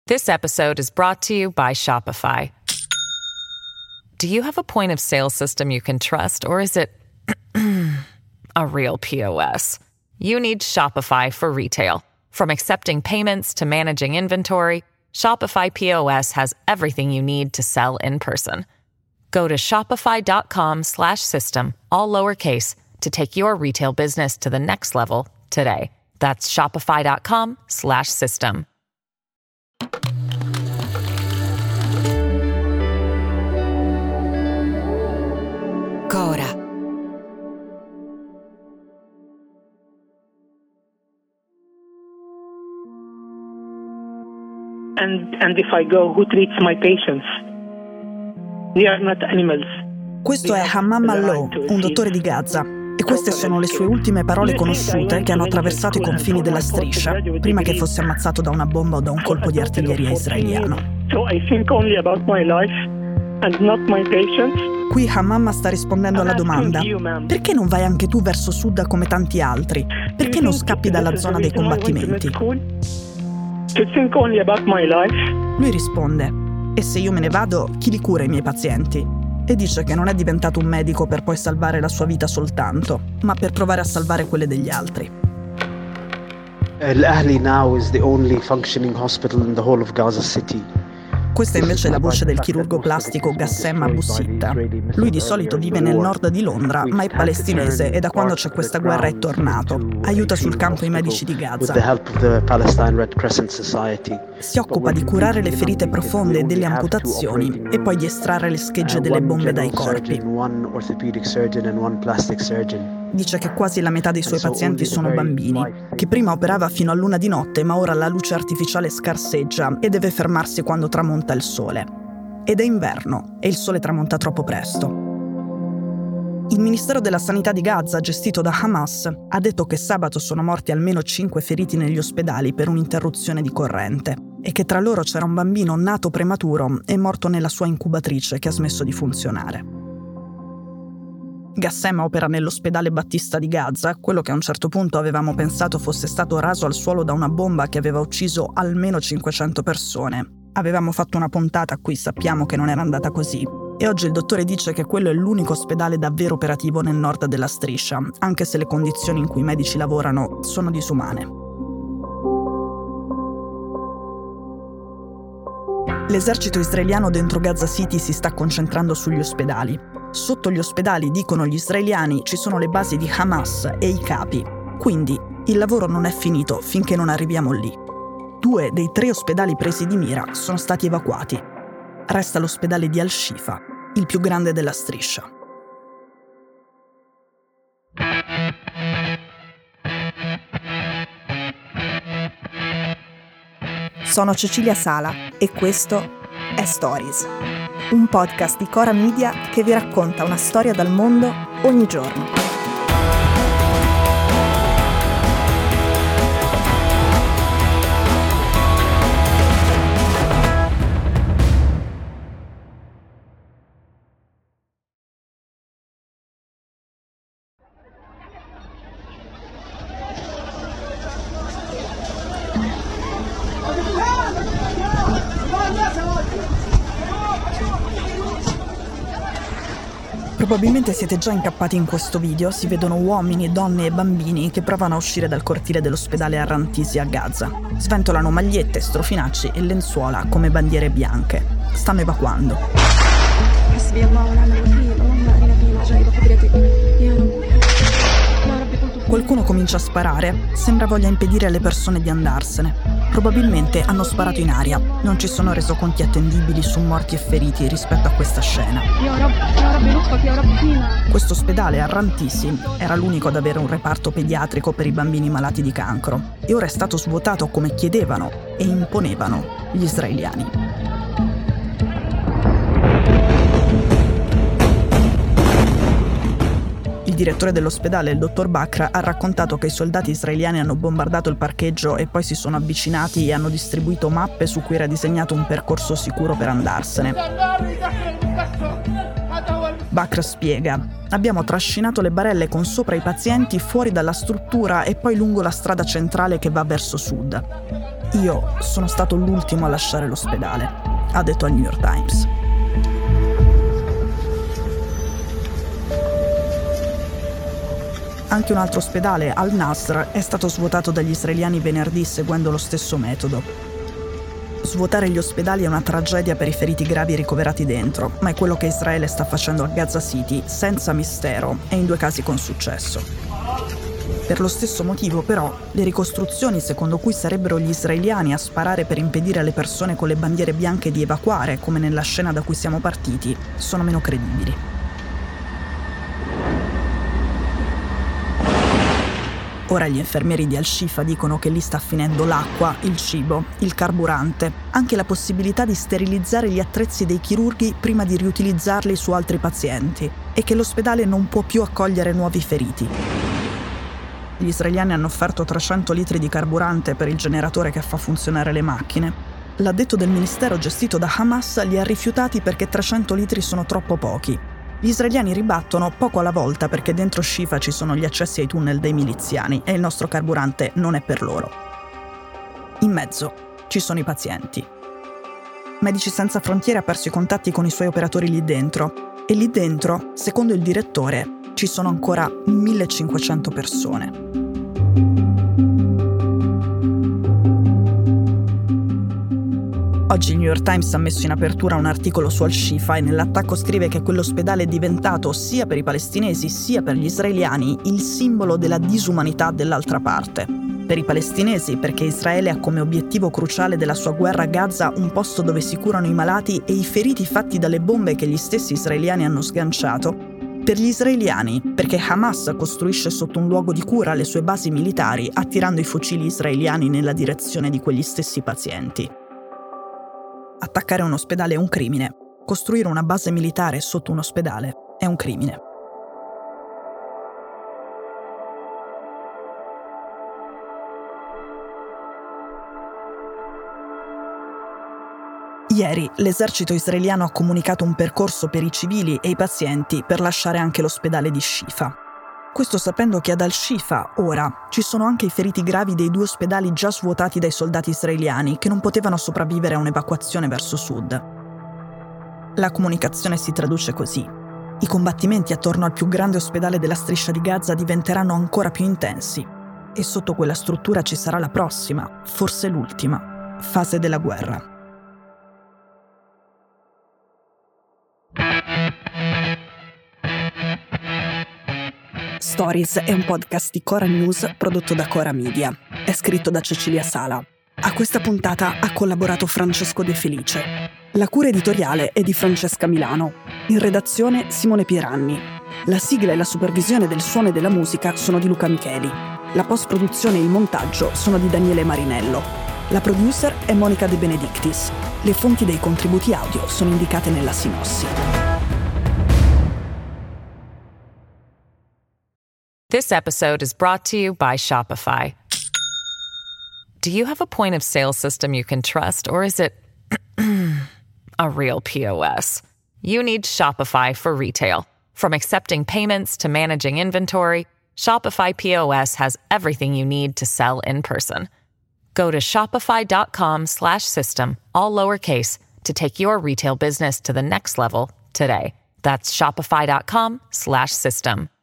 This episode is brought to you by Shopify. Do you have a point of sale system you can trust, or is it a real POS? You need Shopify for retail. From accepting payments to managing inventory, Shopify POS has everything you need to sell in person. Go to shopify.com/system, all lowercase, to take your retail business to the next level today. That's shopify.com/system. Cora. And if I go, who treats my patients? They are not animals. Questo è Hammam Allo, un dottore di Gaza, e queste sono le sue ultime parole conosciute che hanno attraversato i confini della striscia, prima che fosse ammazzato da una bomba o da un colpo di artiglieria israeliano. So I think only about my life and not my patients. Qui Hammam sta rispondendo alla domanda: perché non vai anche tu verso sud come tanti altri? Perché non scappi dalla zona dei combattimenti? Lui risponde: e se io me ne vado, chi li cura i miei pazienti? E dice che non è diventato un medico per poi salvare la sua vita soltanto, ma per provare a salvare quelle degli altri. Al-Ahli now is the only functioning hospital in the whole of Gaza City. Questa è invece la voce del chirurgo plastico Gassem Abu Sitta. Lui di solito vive nel nord di Londra, ma è palestinese e da quando c'è questa guerra è tornato. Aiuta sul campo i medici di Gaza. Si occupa di curare le ferite profonde e delle amputazioni e poi di estrarre le schegge delle bombe dai corpi. Dice che quasi la metà dei suoi pazienti sono bambini, che prima operava fino all'1 di notte, ma ora la luce artificiale scarseggia e deve fermarsi quando tramonta il sole. Ed è inverno e il sole tramonta troppo presto. Il Ministero della Sanità di Gaza, gestito da Hamas, ha detto che sabato sono morti almeno 5 feriti negli ospedali per un'interruzione di corrente e che tra loro c'era un bambino nato prematuro e morto nella sua incubatrice che ha smesso di funzionare. Gassem opera nell'ospedale Battista di Gaza, quello che a un certo punto avevamo pensato fosse stato raso al suolo da una bomba che aveva ucciso almeno 500 persone. Avevamo fatto una puntata a cui sappiamo che non era andata così. E oggi il dottore dice che quello è l'unico ospedale davvero operativo nel nord della striscia, anche se le condizioni in cui i medici lavorano sono disumane. L'esercito israeliano dentro Gaza City si sta concentrando sugli ospedali. Sotto gli ospedali, dicono gli israeliani, ci sono le basi di Hamas e i capi. Quindi il lavoro non è finito finché non arriviamo lì. 2 dei 3 ospedali presi di mira sono stati evacuati. Resta l'ospedale di Al-Shifa, il più grande della striscia. Sono Cecilia Sala e questo è Stories, un podcast di Cora Media che vi racconta una storia dal mondo ogni giorno. Probabilmente siete già incappati in questo video, si vedono uomini, donne e bambini che provano a uscire dal cortile dell'ospedale Ar-Rantisi a Gaza. Sventolano magliette, strofinacci e lenzuola come bandiere bianche. Stanno evacuando. Qualcuno comincia a sparare, sembra voglia impedire alle persone di andarsene. Probabilmente hanno sparato in aria, non ci sono resoconti attendibili su morti e feriti rispetto a questa scena. Questo ospedale Ar-Rantisi era l'unico ad avere un reparto pediatrico per i bambini malati di cancro e ora è stato svuotato come chiedevano e imponevano gli israeliani. Il direttore dell'ospedale, il dottor Bakr, ha raccontato che i soldati israeliani hanno bombardato il parcheggio e poi si sono avvicinati e hanno distribuito mappe su cui era disegnato un percorso sicuro per andarsene. Bakr spiega: abbiamo trascinato le barelle con sopra i pazienti fuori dalla struttura e poi lungo la strada centrale che va verso sud. Io sono stato l'ultimo a lasciare l'ospedale, ha detto al New York Times. Anche un altro ospedale, Al-Nasr, è stato svuotato dagli israeliani venerdì seguendo lo stesso metodo. Svuotare gli ospedali è una tragedia per i feriti gravi ricoverati dentro, ma è quello che Israele sta facendo a Gaza City, senza mistero e in 2 casi con successo. Per lo stesso motivo, però, le ricostruzioni secondo cui sarebbero gli israeliani a sparare per impedire alle persone con le bandiere bianche di evacuare, come nella scena da cui siamo partiti, sono meno credibili. Ora gli infermieri di Al-Shifa dicono che lì sta finendo l'acqua, il cibo, il carburante, anche la possibilità di sterilizzare gli attrezzi dei chirurghi prima di riutilizzarli su altri pazienti e che l'ospedale non può più accogliere nuovi feriti. Gli israeliani hanno offerto 300 litri di carburante per il generatore che fa funzionare le macchine. L'addetto del ministero gestito da Hamas li ha rifiutati perché 300 litri sono troppo pochi. Gli israeliani ribattono poco alla volta perché dentro Shifa ci sono gli accessi ai tunnel dei miliziani e il nostro carburante non è per loro. In mezzo ci sono i pazienti. Medici Senza Frontiere ha perso i contatti con i suoi operatori lì dentro e lì dentro, secondo il direttore, ci sono ancora 1500 persone. Oggi il New York Times ha messo in apertura un articolo su Al-Shifa e nell'attacco scrive che quell'ospedale è diventato, sia per i palestinesi sia per gli israeliani, il simbolo della disumanità dell'altra parte. Per i palestinesi perché Israele ha come obiettivo cruciale della sua guerra a Gaza un posto dove si curano i malati e i feriti fatti dalle bombe che gli stessi israeliani hanno sganciato. Per gli israeliani perché Hamas costruisce sotto un luogo di cura le sue basi militari attirando i fucili israeliani nella direzione di quegli stessi pazienti. Attaccare un ospedale è un crimine. Costruire una base militare sotto un ospedale è un crimine. Ieri l'esercito israeliano ha comunicato un percorso per i civili e i pazienti per lasciare anche l'ospedale di Shifa. Questo sapendo che ad Al-Shifa, ora, ci sono anche i feriti gravi dei 2 ospedali già svuotati dai soldati israeliani che non potevano sopravvivere a un'evacuazione verso sud. La comunicazione si traduce così. I combattimenti attorno al più grande ospedale della striscia di Gaza diventeranno ancora più intensi e sotto quella struttura ci sarà la prossima, forse l'ultima, fase della guerra. Stories è un podcast di Cora News prodotto da Cora Media. È scritto da Cecilia Sala. A questa puntata ha collaborato Francesco De Felice. La cura editoriale è di Francesca Milano. In redazione Simone Pieranni. La sigla e la supervisione del suono e della musica sono di Luca Micheli. La post-produzione e il montaggio sono di Daniele Marinello. La producer è Monica De Benedictis. Le fonti dei contributi audio sono indicate nella sinossi. This episode is brought to you by Shopify. Do you have a point of sale system you can trust, or is it a real POS? You need Shopify for retail. From accepting payments to managing inventory, Shopify POS has everything you need to sell in person. Go to shopify.com/system, all lowercase, to take your retail business to the next level today. That's shopify.com/system.